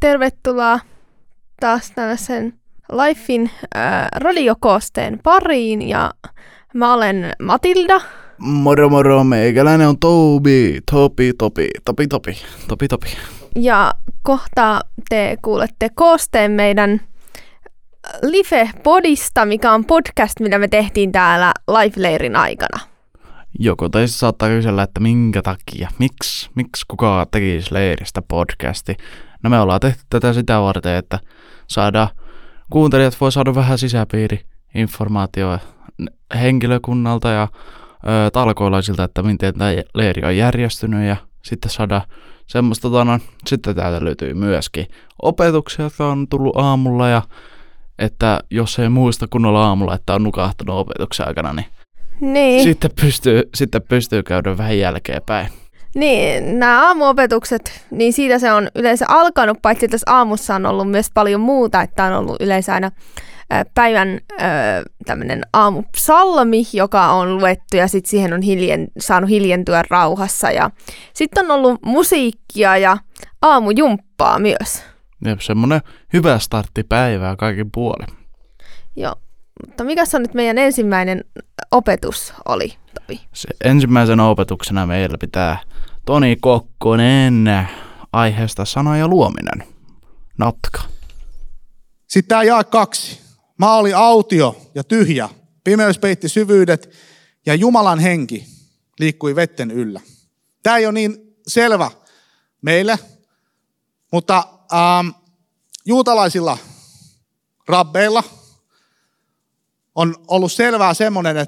tervetuloa taas tällaisen Lifein radiokoosteen pariin ja mä olen Matilda. Moro moro, meikäläinen on Topi. Ja kohta te kuulette koosteen meidän Life-podista, mikä on podcast, mitä me tehtiin täällä Life-leirin aikana. Joku teistä saattaa kysellä, että minkä takia, miksi kukaan tekisi leiristä podcasti. No me ollaan tehty tätä sitä varten, että kuuntelijat voi saada vähän sisäpiiri-informaatiota henkilökunnalta ja talkoilaisilta, että miten tämä leiri on järjestynyt ja sitten saada semmoista, sitten täältä löytyy myöskin opetuksia, jotka on tullut aamulla ja että jos ei muista kunnolla aamulla, että on nukahtanut opetuksen aikana, niin sitten pystyy käydä vähän jälkeenpäin. Niin, nämä aamuopetukset, niin siitä se on yleensä alkanut, paitsi tässä aamussa on ollut myös paljon muuta, että on ollut yleensä aina päivän tämmöinen aamupsalmi, joka on luettu ja sitten siihen on saanut hiljentyä rauhassa. Ja sitten on ollut musiikkia ja aamujumppaa myös. Ja semmoinen hyvä startti päivää kaikin puolin. Joo, mutta mikä se on nyt meidän ensimmäinen opetus oli, Topi? Se ensimmäisenä opetuksena meillä pitää Toni Kokkonen aiheesta sana ja luominen. Natka. Sitten tämä jae 2. Maa oli autio ja tyhjä, pimeys peitti syvyydet ja Jumalan henki liikkui vetten yllä. Tämä ei ole niin selvä meille, mutta juutalaisilla rabbeilla on ollut selvää semmoinen,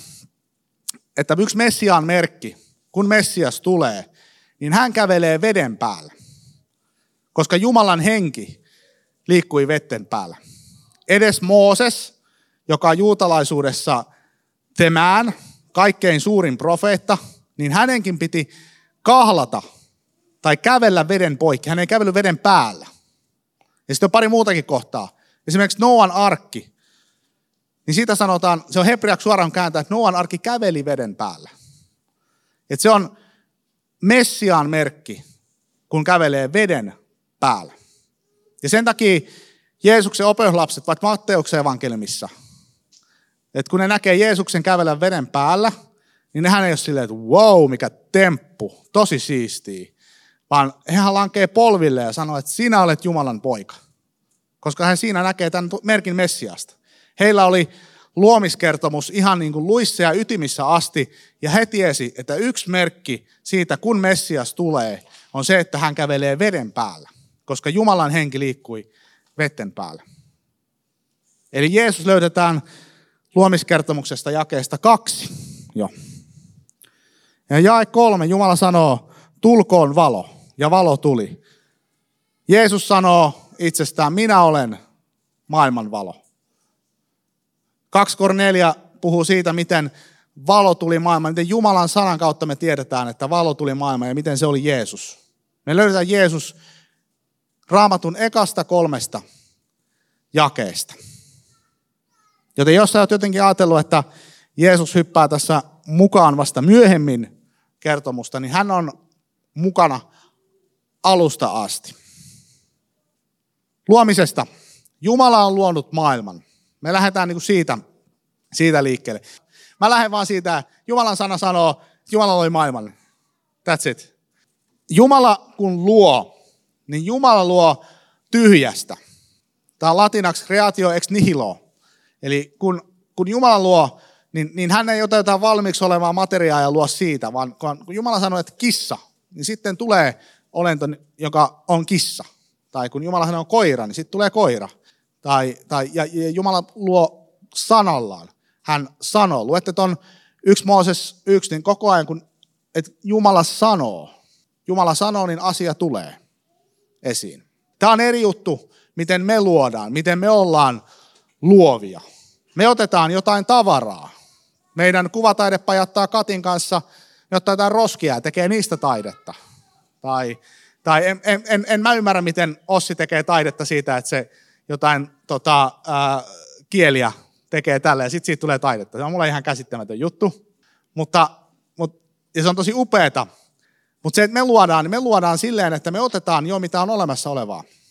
että yksi Messiaan merkki, kun Messias tulee, niin hän kävelee veden päällä, koska Jumalan henki liikkui vetten päällä. Edes Mooses, joka on juutalaisuudessa Temään, kaikkein suurin profeetta, niin hänenkin piti kahlata tai kävellä veden poikki. Hän ei kävellyt veden päällä. Ja sitten on pari muutakin kohtaa. Esimerkiksi Noan arkki. Niin siitä sanotaan, se on hebreaksi suoraan kääntää, että Noan arkki käveli veden päällä. Että se on Messiaan merkki, kun kävelee veden päällä. Ja sen takia Jeesuksen opetuslapset, vaikka Matteuksen evankeliumissa, että kun ne näkee Jeesuksen kävellä veden päällä, niin nehän ei ole silleen, että wow, mikä temppu, tosi siistiä. Vaan hehän lankee polville ja sanoo, että sinä olet Jumalan poika. Koska hän siinä näkee tämän merkin Messiasta. Heillä oli luomiskertomus ihan niin kuin luissa ja ytimissä asti, ja he tiesi, että yksi merkki siitä, kun Messias tulee, on se, että hän kävelee veden päällä, koska Jumalan henki liikkui vetten päällä. Eli Jeesus löydetään luomiskertomuksesta jakeesta 2. Jo. Ja jae 3, Jumala sanoo, tulkoon valo, ja valo tuli. Jeesus sanoo itsestään, minä olen maailman valo. 2:4 puhuu siitä, miten valo tuli maailmaan, miten Jumalan sanan kautta me tiedetään, että valo tuli maailmaan ja miten se oli Jeesus. Me löydetään Jeesus Raamatun ekasta 3 jakeesta. Joten jos sä oot jotenkin ajatellut, että Jeesus hyppää tässä mukaan vasta myöhemmin kertomusta, niin hän on mukana alusta asti. Luomisesta. Jumala on luonut maailman. Me lähdetään niin kuin siitä liikkeelle. Mä lähden vaan siitä, Jumalan sana sanoo, että Jumala loi maailman. That's it. Jumala kun luo, niin Jumala luo tyhjästä. Tämä on latinaksi creatio ex nihilo. Eli kun Jumala luo, niin hän ei ota jotain valmiiksi olevaa materiaa ja luo siitä, vaan kun Jumala sanoo, että kissa, niin sitten tulee olento, joka on kissa. Tai kun Jumala sanoo koira, niin sitten tulee koira. Ja Jumala luo sanallaan. Hän sanoo. Luette tuon 1 Mooses 1, niin koko ajan kun että Jumala sanoo, niin asia tulee esiin. Tämä on eri juttu, miten me luodaan, miten me ollaan luovia. Me otetaan jotain tavaraa. Meidän kuvataidepajattaa Katin kanssa, ne ottaa jotain roskia ja tekee niistä taidetta. Tai en mä ymmärrä, miten Ossi tekee taidetta siitä, että se jotain kieliä tekee tällä ja sitten siitä tulee taidetta. Se on mulle ihan käsittämätön juttu, ja se on tosi upeeta. Mutta se, että me luodaan silleen, että me otetaan jo mitä on olemassa olevaa.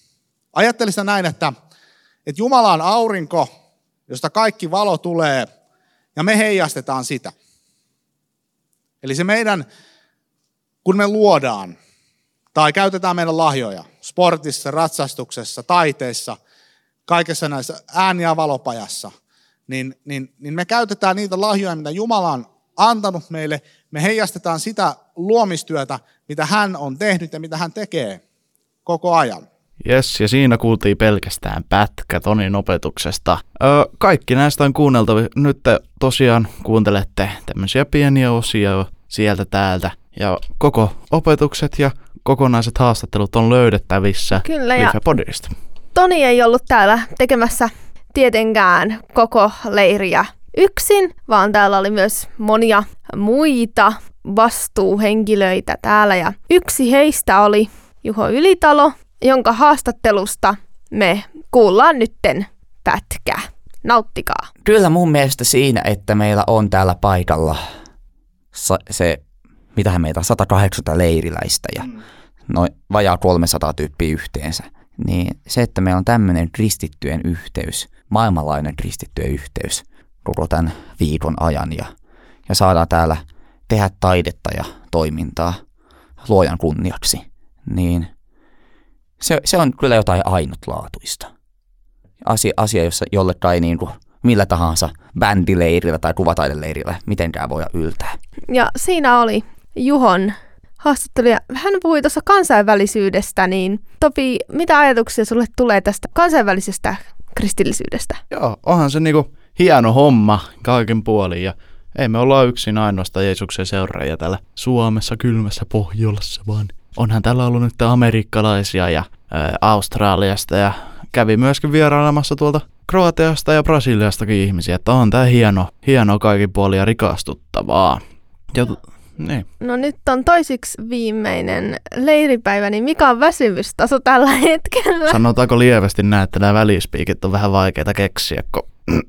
Ajattele sitä näin, että Jumala on aurinko, josta kaikki valo tulee, ja me heijastetaan sitä. Eli se meidän, kun me luodaan, tai käytetään meidän lahjoja, sportissa, ratsastuksessa, taiteessa, kaikessa näissä ääni- ja valopajassa, niin me käytetään niitä lahjoja, mitä Jumala on antanut meille. Me heijastetaan sitä luomistyötä, mitä hän on tehnyt ja mitä hän tekee koko ajan. Jes, ja siinä kuultiin pelkästään pätkä Tonin opetuksesta. Kaikki näistä on kuunneltava. Nyt te tosiaan kuuntelette tämmöisiä pieniä osia sieltä täältä. Ja koko opetukset ja kokonaiset haastattelut on löydettävissä Life-podista. Toni ei ollut täällä tekemässä tietenkään koko leiriä yksin, vaan täällä oli myös monia muita vastuuhenkilöitä täällä. Ja yksi heistä oli Juho Ylitalo, jonka haastattelusta me kuullaan nytten pätkä. Nauttikaa. Kyllä mun mielestä siinä, että meillä on täällä paikalla mitähän meitä on, 180 leiriläistä ja noin vajaa 300 tyyppiä yhteensä. Niin se, että meillä on tämmöinen kristittyjen yhteys, maailmanlainen kristittyjen yhteys koko tämän viikon ajan ja saadaan täällä tehdä taidetta ja toimintaa luojan kunniaksi, niin se on kyllä jotain ainutlaatuista. Asia, jolle tai niin kuin millä tahansa bändileirillä tai kuvataideleirilillä mitenkään voi yltää. Ja siinä oli Juhon haastattelu. Hän puhui tuossa kansainvälisyydestä, niin Topi, mitä ajatuksia sulle tulee tästä kansainvälisestä kristillisyydestä? Joo, onhan se niinku hieno homma kaiken puolin ja ei me olla yksin ainoastaan Jeesuksen seuraajia täällä Suomessa kylmässä Pohjolassa, vaan onhan täällä ollut nyt amerikkalaisia ja Australiasta ja kävi myöskin vierailemassa tuolta Kroatiasta ja Brasiliastakin ihmisiä, että on tää hieno kaikin puolin ja rikastuttavaa. Niin. No nyt on toisiksi viimeinen leiripäivä, niin mikä on väsymystaso tällä hetkellä? Sanotaanko lievästi näin, että nämä välispiikit on vähän vaikeita keksiä, kun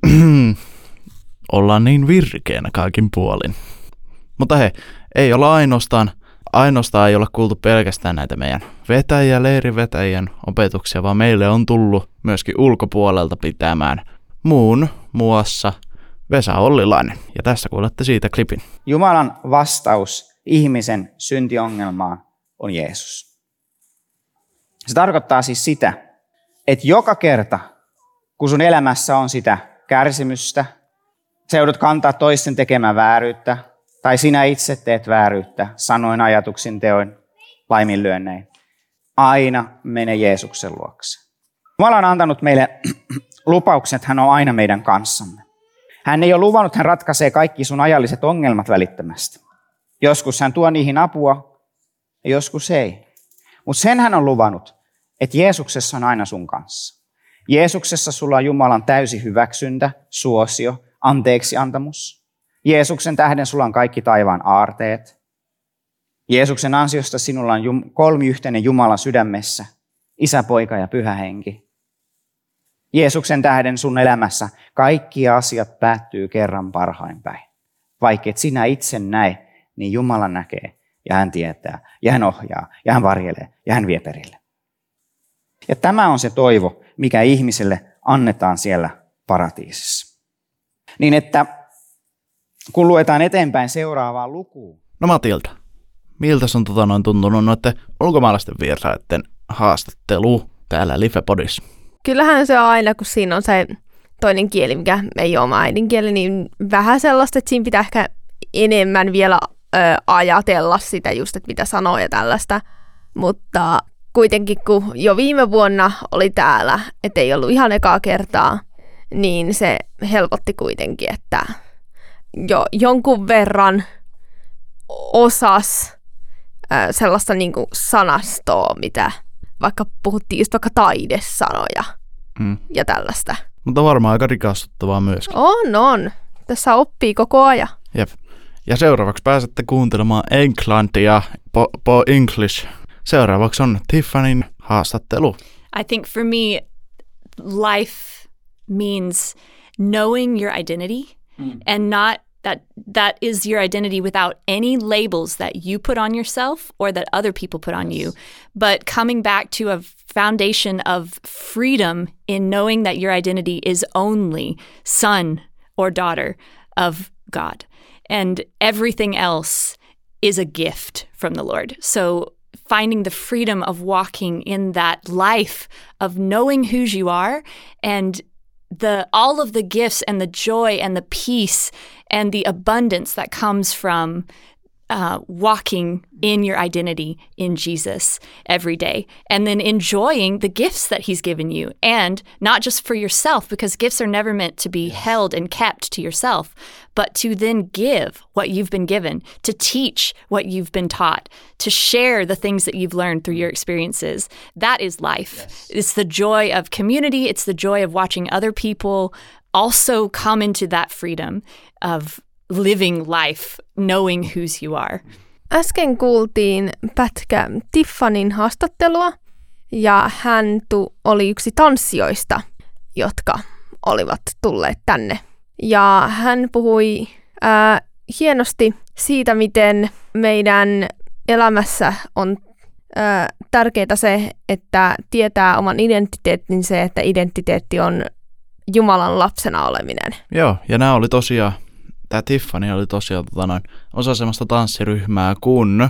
ollaan niin virkeänä kaikin puolin. Mutta hei, ei olla ainoastaan ei olla kuultu pelkästään näitä meidän leirivetäjien opetuksia, vaan meille on tullut myöskin ulkopuolelta pitämään muun muassa Vesa Ollilainen. Ja tässä kuulette siitä klipin. Jumalan vastaus ihmisen syntiongelmaan on Jeesus. Se tarkoittaa siis sitä, että joka kerta, kun sun elämässä on sitä kärsimystä, sä joudut kantaa toisten tekemään vääryyttä, tai sinä itse teet vääryyttä, sanoin, ajatuksin, teoin, laiminlyönnein. Aina mene Jeesuksen luokse. Jumala on antanut meille lupauksen, että hän on aina meidän kanssamme. Hän ei ole luvannut, hän ratkaisee kaikki sun ajalliset ongelmat välittömästi. Joskus hän tuo niihin apua ja joskus ei. Mutta sen hän on luvannut, että Jeesuksessa on aina sun kanssa. Jeesuksessa sulla on Jumalan täysi hyväksyntä, suosio, anteeksiantamus. Jeesuksen tähden sulla on kaikki taivaan aarteet. Jeesuksen ansiosta sinulla on kolmiyhteinen Jumala sydämessä, Isä, Poika ja Pyhä Henki. Jeesuksen tähden sun elämässä kaikki asiat päättyy kerran parhain päin. Vaikka et sinä itse näe, niin Jumala näkee ja hän tietää ja hän ohjaa ja hän varjelee ja hän vie perille. Ja tämä on se toivo, mikä ihmiselle annetaan siellä paratiisissa. Niin että kun luetaan eteenpäin seuraavaan lukuun. No Matilda, miltä on tuntunut noiden ulkomaalaisten vieraiden haastattelu täällä Life-podissa? Kyllähän se on aina, kun siinä on se toinen kieli, mikä ei ole oma äidinkieli, niin vähän sellaista, että siinä pitää ehkä enemmän vielä ajatella sitä just, että mitä sanoo ja tällaista. Mutta kuitenkin, kun jo viime vuonna oli täällä, ettei ollut ihan ekaa kertaa, niin se helpotti kuitenkin, että jo jonkun verran osas sellaista niin kuin sanastoa, mitä vaikka puhuttiin just vaikka taidesanoja ja tällaista. Mutta varmaan aika rikastuttavaa myöskin. On. Tässä oppii koko ajan. Jep. Ja seuraavaksi pääsette kuuntelemaan Englantia po English. Seuraavaksi on Tiffanyn haastattelu. I think for me, life means knowing your identity and not that is your identity without any labels that you put on yourself or that other people put on you, but coming back to a foundation of freedom in knowing that your identity is only son or daughter of God, and everything else is a gift from the Lord. So finding the freedom of walking in that life of knowing whose you are, and all of the gifts and the joy and the peace and the abundance that comes from walking in your identity in Jesus every day, and then enjoying the gifts that he's given you, and not just for yourself, because gifts are never meant to be held and kept to yourself, but to then give what you've been given, to teach what you've been taught, to share the things that you've learned through your experiences. That is life. Yes. It's the joy of community. It's the joy of watching other people also come into that freedom of living life, knowing whose you are. Äsken kuultiin pätkä Tiffanyn haastattelua, ja hän oli yksi tanssijoista, jotka olivat tulleet tänne. Ja hän puhui hienosti siitä, miten meidän elämässä on tärkeää se, että tietää oman identiteetin, se, että identiteetti on Jumalan lapsena oleminen. Joo, ja nämä oli tosiaan, tämä Tiffany oli tosiaan osa semmoista tanssiryhmää kuin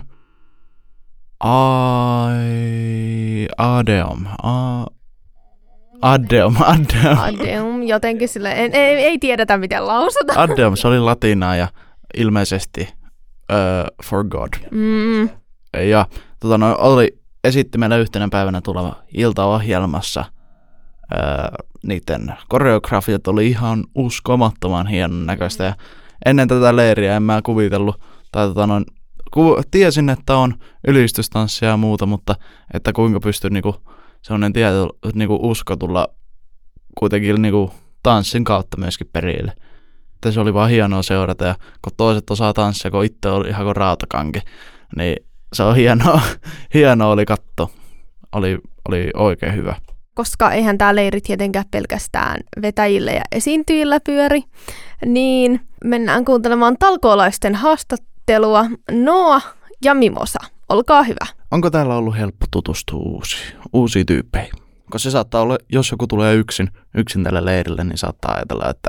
Adeum, jotenkin sille, ei tiedetä miten lausutaan. Adeum, se oli latinaa ja ilmeisesti for God. Mm. Ja esitti meille yhtenä päivänä tuleva iltaohjelmassa. Niiden koreografiat oli ihan uskomattoman hienon näköistä, ja ennen tätä leiriä en mä kuvitellut, tai tiesin, että on ylistystanssia ja muuta, mutta että kuinka pystyy sellainen usko tulla kuitenkin tanssin kautta myöskin perille. Että se oli vaan hienoa seurata, ja kun toiset osaa tanssia, kun itse oli ihan kuin rautakanki, niin se on hienoa oli katto. Oli oikein hyvä. Koska eihän tämä leiri tietenkään pelkästään vetäjille ja esiintyjillä pyöri, niin mennään kuuntelemaan talkoolaisten haastattelua. Noa ja Mimosa, olkaa hyvä. Onko täällä ollut helppo tutustua uusiin tyyppeihin? Koska se saattaa olla, jos joku tulee yksin tälle leirille, niin saattaa ajatella, että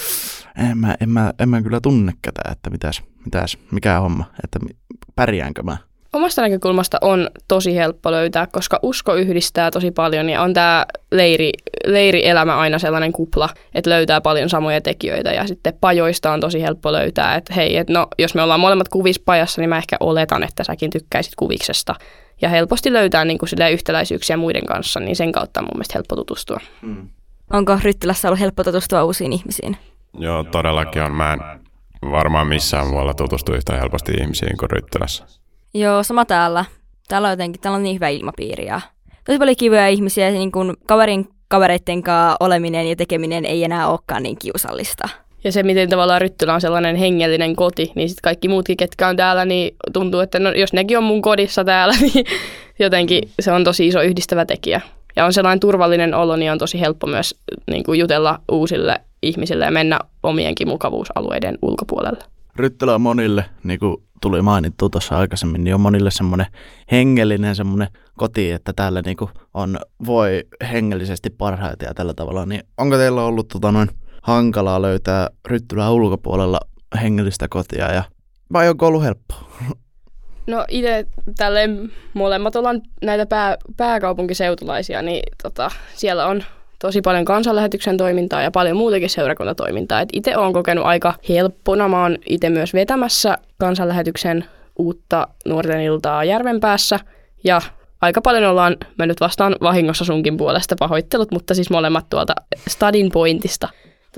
en mä kyllä tunne ketään, että mikä homma, että pärjäänkö mä. Omasta näkökulmasta on tosi helppo löytää, koska usko yhdistää tosi paljon, ja on tämä leirielämä aina sellainen kupla, että löytää paljon samoja tekijöitä, ja sitten pajoista on tosi helppo löytää, että hei, jos me ollaan molemmat kuvispajassa, niin mä ehkä oletan, että säkin tykkäisit kuviksesta. Ja helposti löytää yhtäläisyyksiä muiden kanssa, niin sen kautta on mun mielestä helppo tutustua. Onko Ryttylässä ollut helppo tutustua uusiin ihmisiin? Joo, todellakin on. Mä en varmaan missään muualla tutustu yhtä helposti ihmisiin kuin Ryttylässä. Joo, sama täällä. Täällä on niin hyvä ilmapiiri ja tosi paljon kivoja ihmisiä, niin kuin kavereitten kanssa oleminen ja tekeminen ei enää olekaan niin kiusallista. Ja se, miten tavallaan Ryttylä on sellainen hengellinen koti, niin sitten kaikki muutkin, ketkä on täällä, niin tuntuu, että jos nekin on mun kodissa täällä, niin jotenkin se on tosi iso yhdistävä tekijä. Ja on sellainen turvallinen olo, niin on tosi helppo myös niin kuin jutella uusille ihmisille ja mennä omienkin mukavuusalueiden ulkopuolelle. Ryttylä on monille, niin kuin tuli mainittua tuossa aikaisemmin, niin on monille semmoinen hengellinen semmoinen koti, että täällä niin kuin voi hengellisesti parhaita ja tällä tavalla. Niin onko teillä ollut hankalaa löytää Ryttylän ulkopuolella hengellistä kotia vai onko ollut helppoa? No itse tälleen molemmat ollaan näitä pääkaupunkiseutulaisia, niin siellä on tosi paljon kansanlähetyksen toimintaa ja paljon muutakin seurakuntatoimintaa. Itse olen kokenut aika helppona. Mä oon itse myös vetämässä kansanlähetyksen uutta nuorten iltaa Järvenpäässä. Ja aika paljon ollaan mennyt vastaan vahingossa sunkin puolesta, pahoittelut, mutta siis molemmat tuolta Stadin Pointista.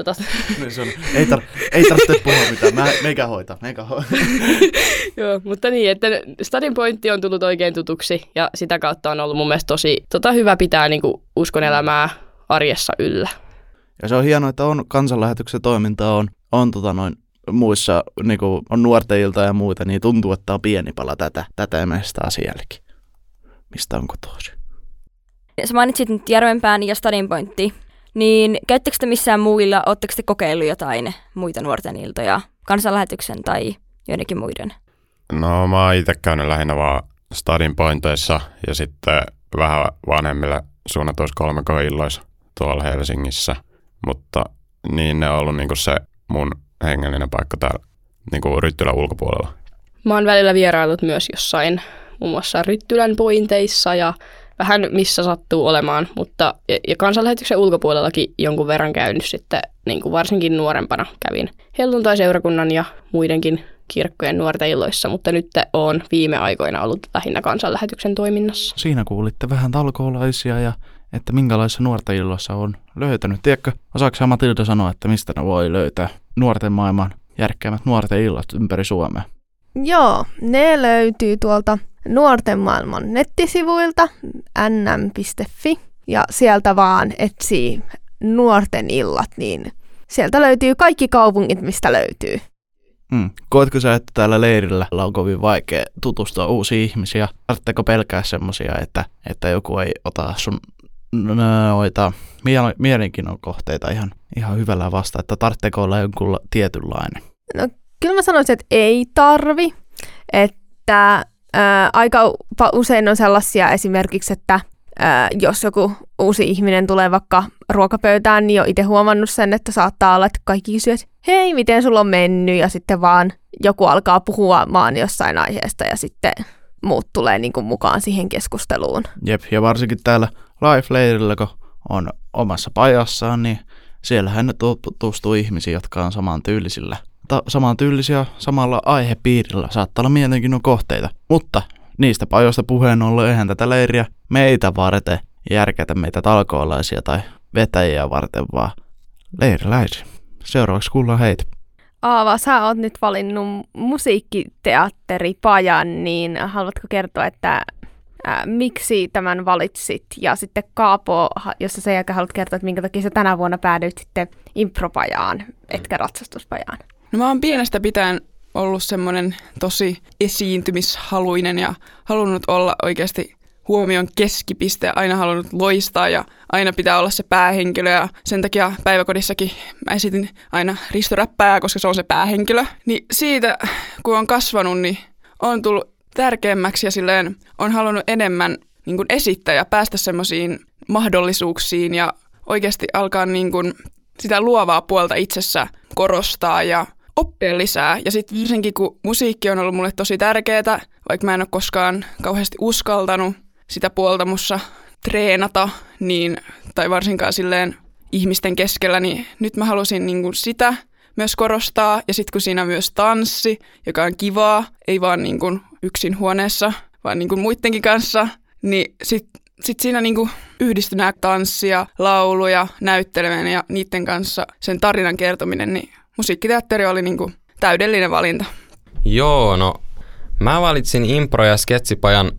Ei tarvitse puhua mitään, meikä hoita. Joo, mutta niin, että Stadin Pointti on tullut oikein tutuksi ja sitä kautta on ollut mun mielestä tosi hyvä pitää niinku uskon elämää arjessa yllä. Ja se on hienoa, että on kansanlähetyksen toimintaa, on muissa niinku, on nuorten ilta ja muita, niin tuntuu, että on pieni pala tätä mestaa sielläkin. Mistä on kotoisin? Sä mainitsit nyt Järvenpään ja Stadin Pointti. Niin käyttekö te missään muilla, ootteko te kokeillut jotain muita nuorten iltoja, kansanlähetyksen tai joidenkin muiden? No mä oon itse käynyt lähinnä vaan Stadin pointeissa ja sitten vähän vanhemmille suunnatuissa 3K-illoissa tuolla Helsingissä. Mutta niin ne on ollut niinku se mun hengellinen paikka täällä niinku Ryttylän ulkopuolella. Mä oon välillä vieraillut myös jossain muun muassa Ryttylän pointeissa ja vähän missä sattuu olemaan, mutta ja kansanlähetyksen ulkopuolellakin jonkun verran käynyt sitten, niin kuin varsinkin nuorempana kävin helluntai-seurakunnan ja muidenkin kirkkojen nuorten illoissa, mutta nyt olen viime aikoina ollut lähinnä kansanlähetyksen toiminnassa. Siinä kuulitte vähän talkoolaisia ja että minkälaisissa nuorten illoissa on löytänyt. Tiedätkö, osaako Matilda sanoa, että mistä ne voi löytää nuorten maailman järkkäimmät nuorten illat ympäri Suomea? Joo, ne löytyy tuolta nuorten maailman nettisivuilta nm.fi ja sieltä vaan etsii nuorten illat, niin sieltä löytyy kaikki kaupungit, mistä löytyy. Koetko sä, että täällä leirillä on kovin vaikea tutustua uusiin ihmisiä? Tarvitseeko pelkää semmoisia, että joku ei ota sun noita mielenkiinnon kohteita ihan hyvällä vastaan, että tarvitseeko olla jonkun tietynlainen? No kyllä mä sanoisin, että ei tarvi, että aika usein on sellaisia esimerkiksi, että jos joku uusi ihminen tulee vaikka ruokapöytään, niin on itse huomannut sen, että saattaa olla, että kaikki kysyy, että hei, miten sulla on mennyt, ja sitten vaan joku alkaa puhumaan jossain aiheesta, ja sitten muut tulee niin kuin mukaan siihen keskusteluun. Jep, ja varsinkin täällä Life-leirillä, kun on omassa pajassaan, niin siellähän ne tutustuu ihmisiä, jotka on samantyylisiä samalla aihepiirillä. Saattaa olla mielenkiinnon kohteita, mutta niistä pajoista puheen ollen eihän tätä leiriä meitä varten järkätä meitä talkoolaisia tai vetäjiä varten, vaan leiriläisiä. Seuraavaksi kuullaan heitä. Aava, sä oot nyt valinnut musiikkiteatteripajan, niin haluatko kertoa, että miksi tämän valitsit? Ja sitten Kaapo, jos sä sen jälkeen haluat kertoa, että minkä takia sä tänä vuonna päädyit sitten impropajaan, etkä ratsastuspajaan. No mä oon pienestä pitäen ollut semmoinen tosi esiintymishaluinen ja halunnut olla oikeasti huomion keskipiste, aina halunnut loistaa ja aina pitää olla se päähenkilö ja sen takia päiväkodissakin mä esitin aina Risto Räppääjää, koska se on se päähenkilö. Niin siitä, kun on kasvanut, niin on tullut tärkeämmäksi ja silleen on halunnut enemmän niin kuin esittää ja päästä semmoisiin mahdollisuuksiin ja oikeasti alkaa niin kuin sitä luovaa puolta itsessä korostaa ja oppia lisää. Ja sitten varsinkin, kun musiikki on ollut mulle tosi tärkeää, vaikka mä en ole koskaan kauheasti uskaltanut sitä puolta mussa treenata, niin, tai varsinkaan silleen ihmisten keskellä, niin nyt mä halusin niin kuin sitä myös korostaa. Ja sitten kun siinä on myös tanssi, joka on kivaa, ei vaan niin kuin yksin huoneessa, vaan niin kuin muidenkin kanssa, niin sitten siinä niin kuin yhdistyi nämä tanssia, lauluja, näytteleminen ja niiden kanssa sen tarinan kertominen, niin musiikkiteatteri oli niin kuin täydellinen valinta. Joo, no mä valitsin impro- ja sketsipajan.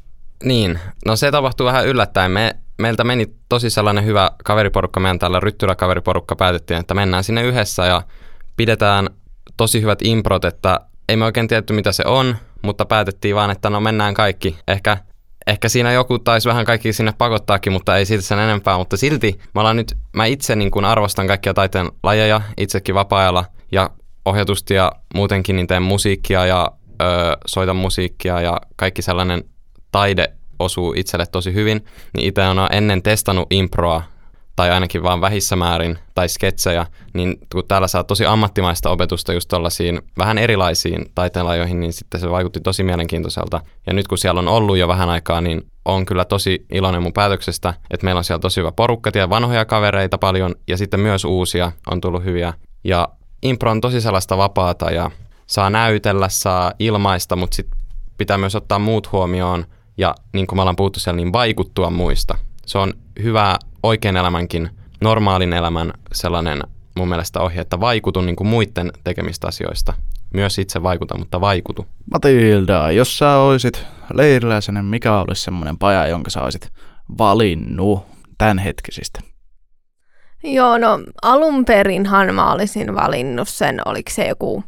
Niin, no se tapahtui vähän yllättäen. Meiltä meni tosi sellainen hyvä kaveriporukka, meidän täällä Ryttylä-kaveriporukka päätettiin, että mennään sinne yhdessä ja pidetään tosi hyvät improt, että ei me oikein tiedetty mitä se on, mutta päätettiin vaan, että no mennään kaikki. Ehkä siinä joku taisi vähän kaikki sinne pakottaakin, mutta ei siitä sen enempää, mutta silti mä itse niin kuin arvostan kaikkia taiteen lajeja, itsekin vapaa-ajalla ja ohjatusti ja muutenkin niin teen musiikkia ja soitan musiikkia ja kaikki sellainen taide osuu itselle tosi hyvin, niin itse olen ennen testannut improa tai ainakin vaan vähissä määrin tai sketsejä, niin kun täällä saa tosi ammattimaista opetusta just tollaisiin vähän erilaisiin taiteenlajoihin, niin sitten se vaikutti tosi mielenkiintoiselta. Ja nyt kun siellä on ollut jo vähän aikaa, niin on kyllä tosi iloinen mun päätöksestä, että meillä on siellä tosi hyvä porukka ja vanhoja kavereita paljon ja sitten myös uusia on tullut hyviä. Ja impro on tosi sellaista vapaata ja saa näytellä, saa ilmaista, mutta sitten pitää myös ottaa muut huomioon ja niin kuin me ollaan puhuttu siellä, niin vaikuttua muista. Se on hyvä oikean elämänkin, normaalin elämän sellainen mun mielestä ohje, että vaikutu niin kuin muiden tekemistä asioista. Myös itse vaikuta, mutta vaikutu. Matilda, jos sä olisit leiriläisenen, mikä olisi semmoinen paja, jonka sä olisit valinnut tämänhetkisistä? Joo, no alun perinhan mä olisin valinnut sen, oliko se joku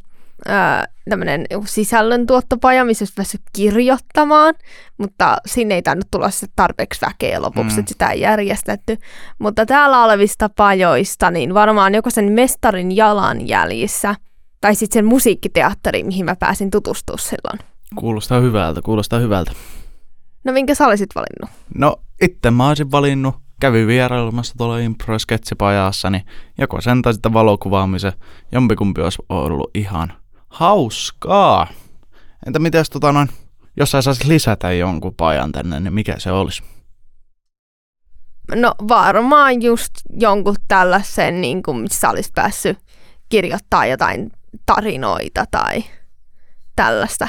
tämmöinen sisällöntuottopaja, missä olisi päässyt kirjoittamaan, mutta sinne ei tainnut tulla tarpeeksi väkeä lopuksi, että sitä ei järjestetty. Mutta täällä olevista pajoista, niin varmaan joko sen mestarin jalanjäljissä, tai sitten sen musiikkiteatteriin, mihin mä pääsin tutustumaan silloin. Kuulostaa hyvältä. No minkä sä olisit valinnut? No itse mä olisin valinnut, kävin vierailemassa tuolla impro-sketsipajassa, niin joko sen tai sitten valokuvaamisen, jompikumpi olisi ollut ihan hauskaa. Entä mites jos sä saisit lisätä jonkun pajan tänne, niin mikä se olisi? No varmaan just jonkun tällaisen, niin kuin missä olisit päässyt kirjoittaa jotain tarinoita tai tällaista.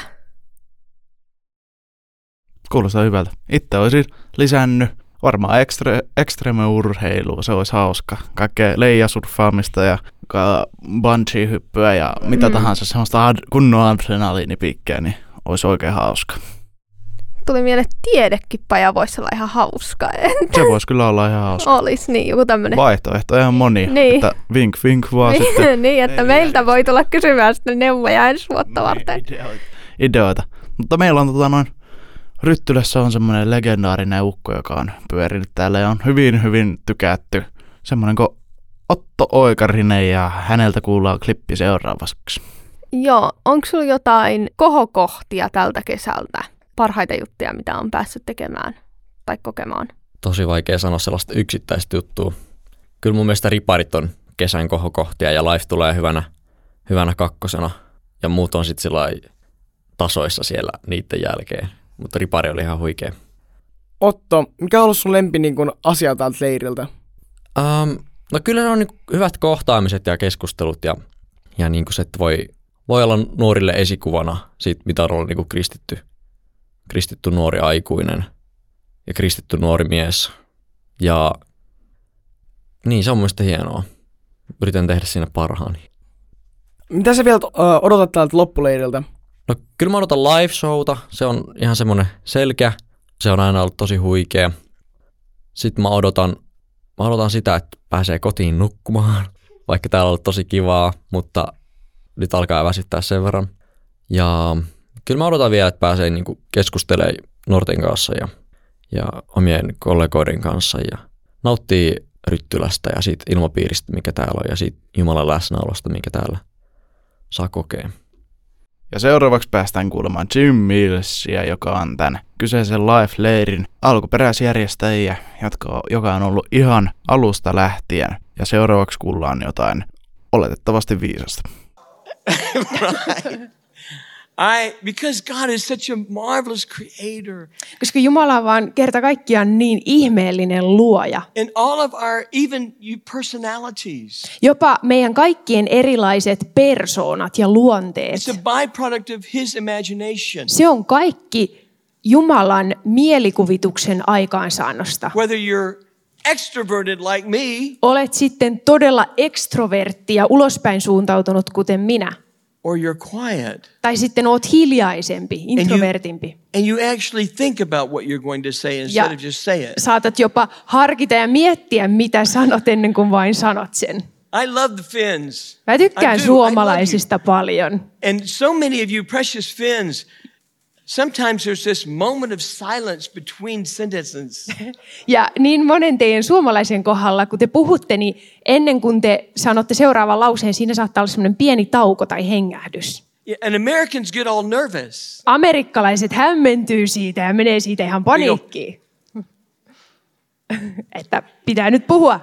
Kuulostaa hyvältä. Itse olisin lisännyt varmaan ekstreme-urheilua, se olisi hauska. Kaikkea leijasurffaamista ja bungee-hyppyä ja mitä tahansa semmoista kunnon adrenaliinipiikkiä, niin olisi oikein hauska. Tuli mieleen, että tiedekipaja voisi olla ihan hauska. Se voisi kyllä olla ihan hauska. Olisi, niin joku tämmöinen. Vaihtoehto ihan monia, niin. Että vink vaan sitten. Niin, että meiltä voi tulla kysymään sitten neuvoja ensi vuotta varten. Ideoita. Mutta meillä on Ryttylässä on semmoinen legendaarinen ukko, joka on pyörinyt täällä ja on hyvin tykätty. Semmoinen kuin Otto Oikarinen ja häneltä kuullaan klippi seuraavaksi. Joo, onko sulla jotain kohokohtia tältä kesältä? Parhaita juttuja, mitä on päässyt tekemään tai kokemaan? Tosi vaikea sanoa sellaista yksittäistä juttua. Kyllä mun mielestä riparit on kesän kohokohtia ja life tulee hyvänä kakkosena. Ja muut on sitten sillai tasoissa siellä niiden jälkeen. Mutta ripari oli ihan huikea. Otto, mikä on ollut sun lempi asia täältä leiriltä? No kyllä ne on hyvät kohtaamiset ja keskustelut ja niin kuin se, että voi olla nuorille esikuvana siitä, mitä on ollut niin kristitty nuori aikuinen ja kristitty nuori mies. Ja niin, se on mielestäni hienoa. Yritän tehdä siinä parhaani. Mitä sä vielä odotat täältä loppuleiriltä? No kyllä mä odotan live-showta. Se on ihan semmoinen selkeä. Se on aina ollut tosi huikea. Sitten mä odotan sitä, että pääsee kotiin nukkumaan. Vaikka täällä on ollut tosi kivaa, mutta nyt alkaa väsyttää sen verran. Ja kyllä mä odotan vielä, että pääsee niinku keskustelemaan nuorten kanssa ja omien kollegoiden kanssa ja nauttii Ryttylästä ja siitä ilmapiiristä, mikä täällä on ja siitä Jumalan läsnäolosta, mikä täällä saa kokea. Ja seuraavaksi päästään kuulemaan Jim Millsia, joka on tämän kyseisen Life-leirin alkuperäisjärjestäjiä, joka on ollut ihan alusta lähtien. Ja seuraavaksi kuullaan jotain oletettavasti viisasta. Because God is such a marvelous creator. Koska Jumala on vaan kerta kaikkiaan niin ihmeellinen luoja. And all of our even personalities. Jopa meidän kaikkien erilaiset persoonat ja luonteet. It's a byproduct of his imagination. Se on kaikki Jumalan mielikuvituksen aikaansaannosta. Whether you're extroverted like me. Olet sitten todella ekstrovertti ja ulospäin suuntautunut kuten minä. Or you're quiet. Tai sitten oot hiljaisempi, introvertimpi. And you actually think about what you're going to say instead of just say it. Saatat jopa harkita ja miettiä, mitä sanot ennen kuin vain sanot sen. I love the Finns. Mä tykkään suomalaisista paljon. And so many of you precious Finns, sometimes there's this moment of silence between sentences. Ja niin monen teidän suomalaisen kohdalla, kun te puhutte, niin ennen kuin te sanotte seuraavan lauseen, siinä saattaa olla semmoinen pieni tauko tai hengähdys. And Americans get all nervous. Amerikkalaiset hämmentyy siitä ja menee siitä ihan paniikkiin. Että pitää nyt puhua.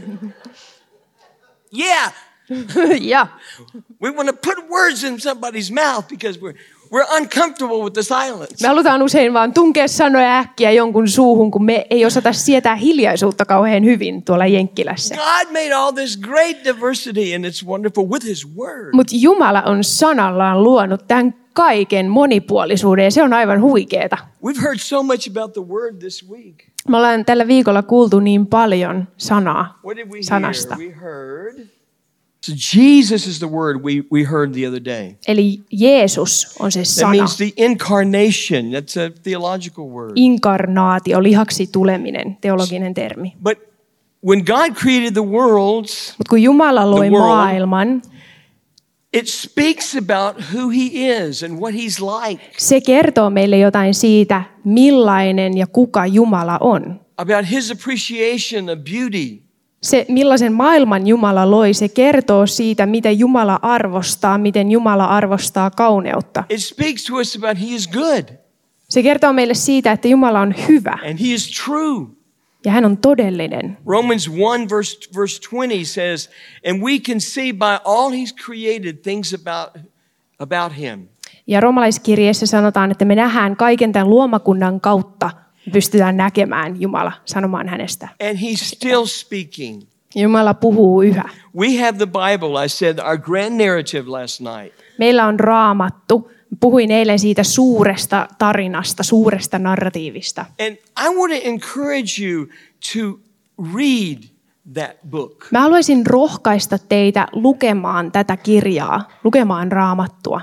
Yeah. Yeah. We want to put words in somebody's mouth because we're uncomfortable with the silence. Me halutaan usein vaan tunkea sanoja äkkiä jonkun suuhun, kun me ei osata sietää hiljaisuutta kauhean hyvin tuolla Jenkkilässä. God made all this great diversity and it's wonderful with his word. Mutta Jumala on sanallaan luonut tämän kaiken monipuolisuuden ja se on aivan huikeeta. We've heard so much about the word this week. Me ollaan tällä viikolla kuultu niin paljon sanaa What did we sanasta. hear? We heard so Jesus is the word we heard the other day. Eli Jeesus on se sana. That means the incarnation. That's a theological word. Inkarnaatio, lihaksi tuleminen, teologinen termi. But when God created the worlds, Mut kun Jumala loi maailman, It speaks about who he is and what he's like. Se kertoo meille jotain siitä, millainen ja kuka Jumala on. About his appreciation of beauty. Se, millaisen maailman Jumala loi, se kertoo siitä, miten Jumala arvostaa, miten Jumala arvostaa kauneutta. It speaks to us about he is good. Se kertoo meille siitä, että Jumala on hyvä. And he is true. Ja hän on todellinen. Romans 1 verse 20 says, and we can see by all he's created things about him. Ja roomalaiskirjeessä sanotaan, että me nähdään kaiken tämän luomakunnan kautta, pystytään näkemään Jumala sanomaan hänestä. And he's still speaking. Jumala puhuu yhä. We have the Bible, I said, our grand narrative last night. Meillä on Raamattu. Puhuin eilen siitä suuresta tarinasta, suuresta narratiivista. And I want to encourage you to read that book. Mä haluaisin rohkaista teitä lukemaan tätä kirjaa, lukemaan Raamattua.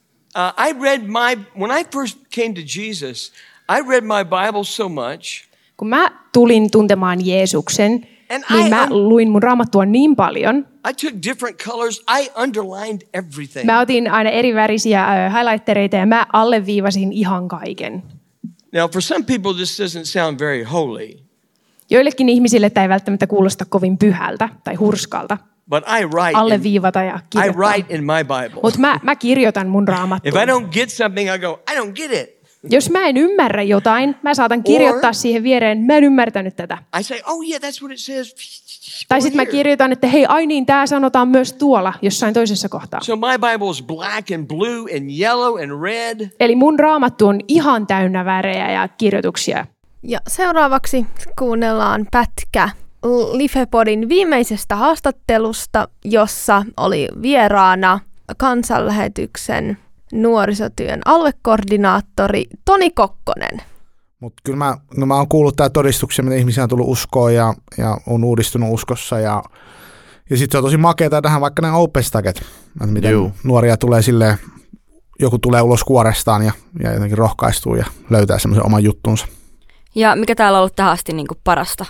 When I first came to Jesus, I read my Bible so much. Kun mä tulin tuntemaan Jeesuksen, niin mä luin mun Raamattua niin paljon. I took different colors. I underlined everything. Mä otin aina eri värisiä highlightereita ja mä alleviivasin ihan kaiken. Now, for some people, this doesn't sound very holy. Joillekin ihmisille tämä ei välttämättä kuulosta kovin pyhältä tai hurskalta. But I write. Alleviivata ja kirjoittaa. I write in my Bible. Mutta mä kirjoitan mun Raamattua. If I don't get something, I go, I don't get it. Jos mä en ymmärrä jotain, mä saatan kirjoittaa siihen viereen, mä en ymmärtänyt tätä. I say, oh yeah, that's what it says. Tai sitten mä kirjoitan, että hei, ai niin, tää sanotaan myös tuolla jossain toisessa kohtaa. So my Bible is black and blue and yellow and red. Eli mun Raamattu on ihan täynnä värejä ja kirjoituksia. Ja seuraavaksi kuunnellaan pätkä Lifepodin viimeisestä haastattelusta, jossa oli vieraana kansanlähetyksen nuorisotyön aluekoordinaattori Toni Kokkonen. Mutta kyllä mä oon kuullut tää todistuksia, mitä ihmisiä on tullut uskoon ja on uudistunut uskossa. Ja sitten se on tosi makeata tähän vaikka nämä opestaket, että miten nuoria tulee silleen, joku tulee ulos kuorestaan ja jotenkin rohkaistuu ja löytää semmoisen oman juttunsa. Ja mikä täällä on ollut tähän asti niin kuin parasta?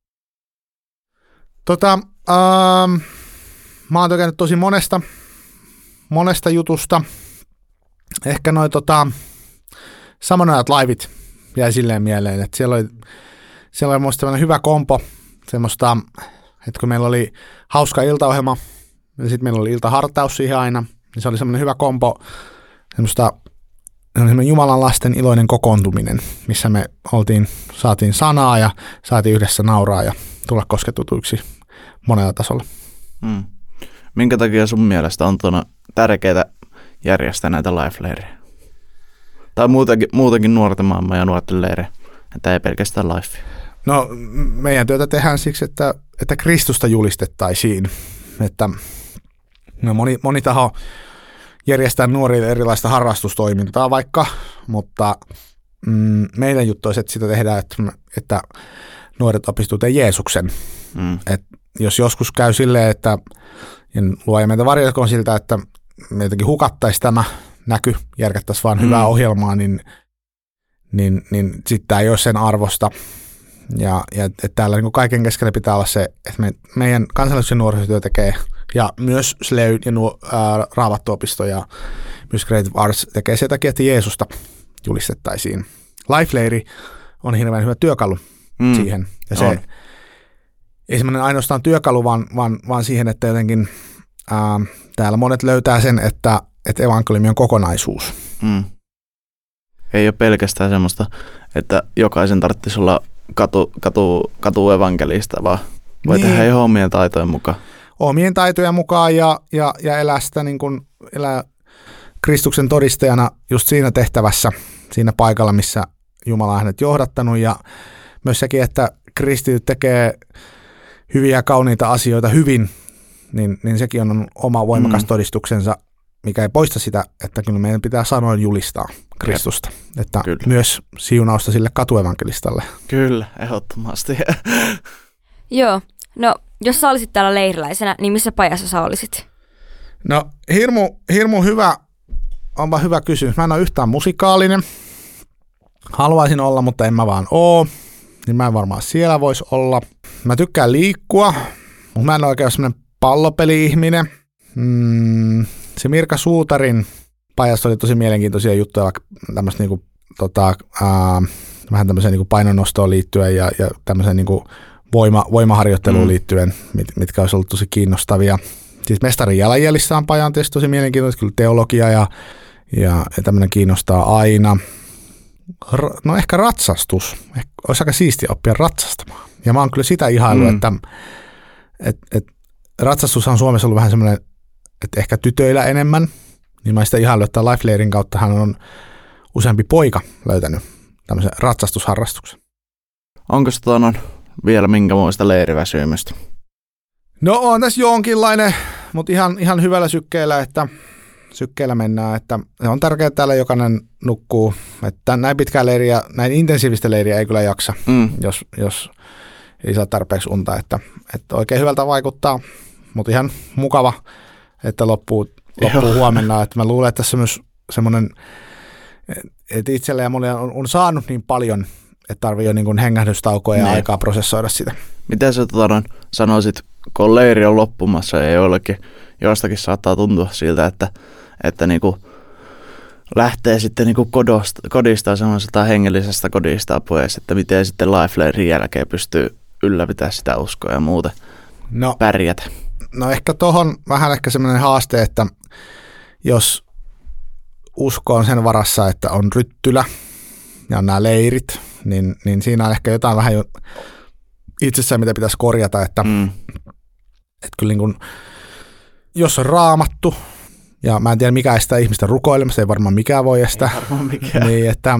Mä oon tykännyt tosi monesta jutusta. Ehkä noi samanajat laivit jäi silleen mieleen, että siellä oli musta hyvä kompo, semmoista, että kun meillä oli hauska iltaohjelma ja sitten meillä oli iltahartaus siihen aina, niin se oli semmoinen hyvä kompo, semmoista Jumalan lasten iloinen kokoontuminen, missä me saatiin sanaa ja saatiin yhdessä nauraa ja tulla kosketutuiksi monella tasolla. Minkä takia sun mielestä on tärkeää järjestää näitä life-leirejä? Tai muutenkin nuorten maailman ja nuorten leirejä, että ei pelkästään life. No meidän työtä tehdään siksi, että Kristusta julistettaisiin. Että moni taho järjestää nuorille erilaista harrastustoimintaa vaikka, mutta meidän juttu on, että sitä tehdään, että nuoret opistuvat Jeesuksen. Et jos joskus käy silleen, että luoja meitä varjelkoon siltä, että me jotenkin hukattaisiin tämä näky, järkättäisiin vaan hyvää ohjelmaa, niin sitten tämä ei ole sen arvosta. Ja täällä niin kaiken keskellä pitää olla se, että meidän kansallisuuden nuorisotyö tekee, ja myös Slöyd ja Raamattuopisto ja myös Creative Arts tekee sen takia, että Jeesusta julistettaisiin. Life-leiri on hirveän hyvä työkalu siihen. Ja se ei semmoinen ainoastaan työkalu, vaan siihen, että jotenkin täällä monet löytää sen, että evankeliumi on kokonaisuus. Ei ole pelkästään semmoista, että jokaisen tarvitsisi olla katu-evankelista, vaan voi tehdä ihan omien taitojen mukaan. Omien taitojen mukaan ja elää sitä niin kuin elää Kristuksen todistajana just siinä tehtävässä, siinä paikalla, missä Jumala on hänet johdattanut. Ja myös sekin, että kristityt tekee hyviä ja kauniita asioita hyvin, niin sekin on oma voimakas todistuksensa, mikä ei poista sitä, että kyllä meidän pitää sanoin julistaa Kristusta. Että myös siunausta sille katuevankelistalle. Kyllä, ehdottomasti. Joo, no jos sä olisit täällä leiriläisenä, niin missä pajassa sä olisit? No hirmu hyvä, onpa hyvä kysymys. Mä en ole yhtään musikaalinen. Haluaisin olla, mutta en mä vaan oo. Niin mä en varmaan siellä voisi olla. Mä tykkään liikkua, mutta mä en ole oikein semmoinen pallopeli-ihminen. se Mirka Suutarin pajassa oli tosi mielenkiintoisia juttuja, vaikka tämmöistä niinku, vähän tämmöiseen niinku painonnostoon liittyen ja tämmöiseen niinku voimaharjoitteluun liittyen, mitkä olisi ollut tosi kiinnostavia. Siis Mestarin jalanjäljissä on paja on tietysti tosi mielenkiintoista, kyllä teologia ja tämmöinen kiinnostaa aina. No ehkä ratsastus. Olisi aika siistiä oppia ratsastamaan. Ja mä oon kyllä sitä ihaillut, että ratsastus on Suomessa ollut vähän semmoinen, että ehkä tytöillä enemmän. Niin mä sitä ihaillut, että Life Leirin kautta hän on useampi poika löytänyt tämmöisen ratsastusharrastuksen. Onko se vielä minkämoista leiriväsymystä? No on tässä jonkinlainen, mutta ihan hyvällä sykkeellä mennään, että se on tärkeää, että täällä jokainen nukkuu, että näin pitkää leiriä, näin intensiivistä leiriä ei kyllä jaksa, jos ei saa tarpeeksi unta, että oikein hyvältä vaikuttaa, mutta ihan mukava, että loppuu huomenna, että mä luulen, että tässä on myös semmoinen, että itselle ja mulle on saanut niin paljon, että tarvii jo niin kuin hengähdystaukoa ja aikaa prosessoida sitä. Miten sä sanoisit, kun leiri on loppumassa ja jostakin saattaa tuntua siltä, että niinku lähtee sitten niinku kodista semmoiselta hengellisestä kodista pois, että miten sitten Life Leirin jälkeen pystyy ylläpitämään sitä uskoa ja muuta pärjätä? No ehkä tohon vähän ehkä semmoinen haaste, että jos usko on sen varassa, että on Ryttylä ja on nämä leirit, niin siinä on ehkä jotain vähän jo itsessään, mitä pitäisi korjata, että kyllä niin kuin, jos on Raamattu, ja mä en tiedä mikä estää ihmistä rukoilemasta, ei varmaan mikään voi estää. Niin, että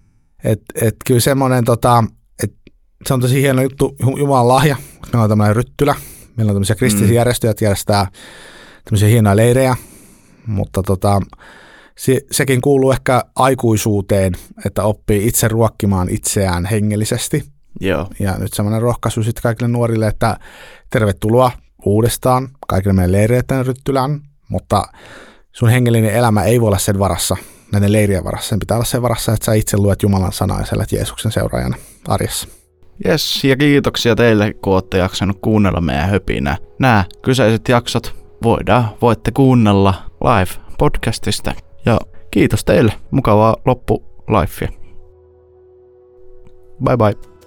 kyllä semmoinen, että se on tosi hieno juttu, Jumalan lahja, meillä on tämmöinen Ryttylä, meillä on tämmöisiä kristillisiä järjestöjä, jotka järjestää tämmöisiä hienoja leirejä, mutta sekin kuuluu ehkä aikuisuuteen, että oppii itse ruokkimaan itseään hengellisesti. Joo. Ja nyt semmoinen rohkaisu sitten kaikille nuorille, että tervetuloa uudestaan kaikille meidän leireille tänne Ryttylään, mutta sun hengellinen elämä ei voi olla sen varassa, näiden leirien varassa. Sen pitää olla sen varassa, että sä itse luet Jumalan sanaa ja sä olet Jeesuksen seuraajana arjessa. Jes, ja kiitoksia teille, kun olette jaksanut kuunnella meidän höpinää. Nämä kyseiset jaksot voitte kuunnella live-podcastista. Ja kiitos teille. Mukavaa loppulifea. Bye bye.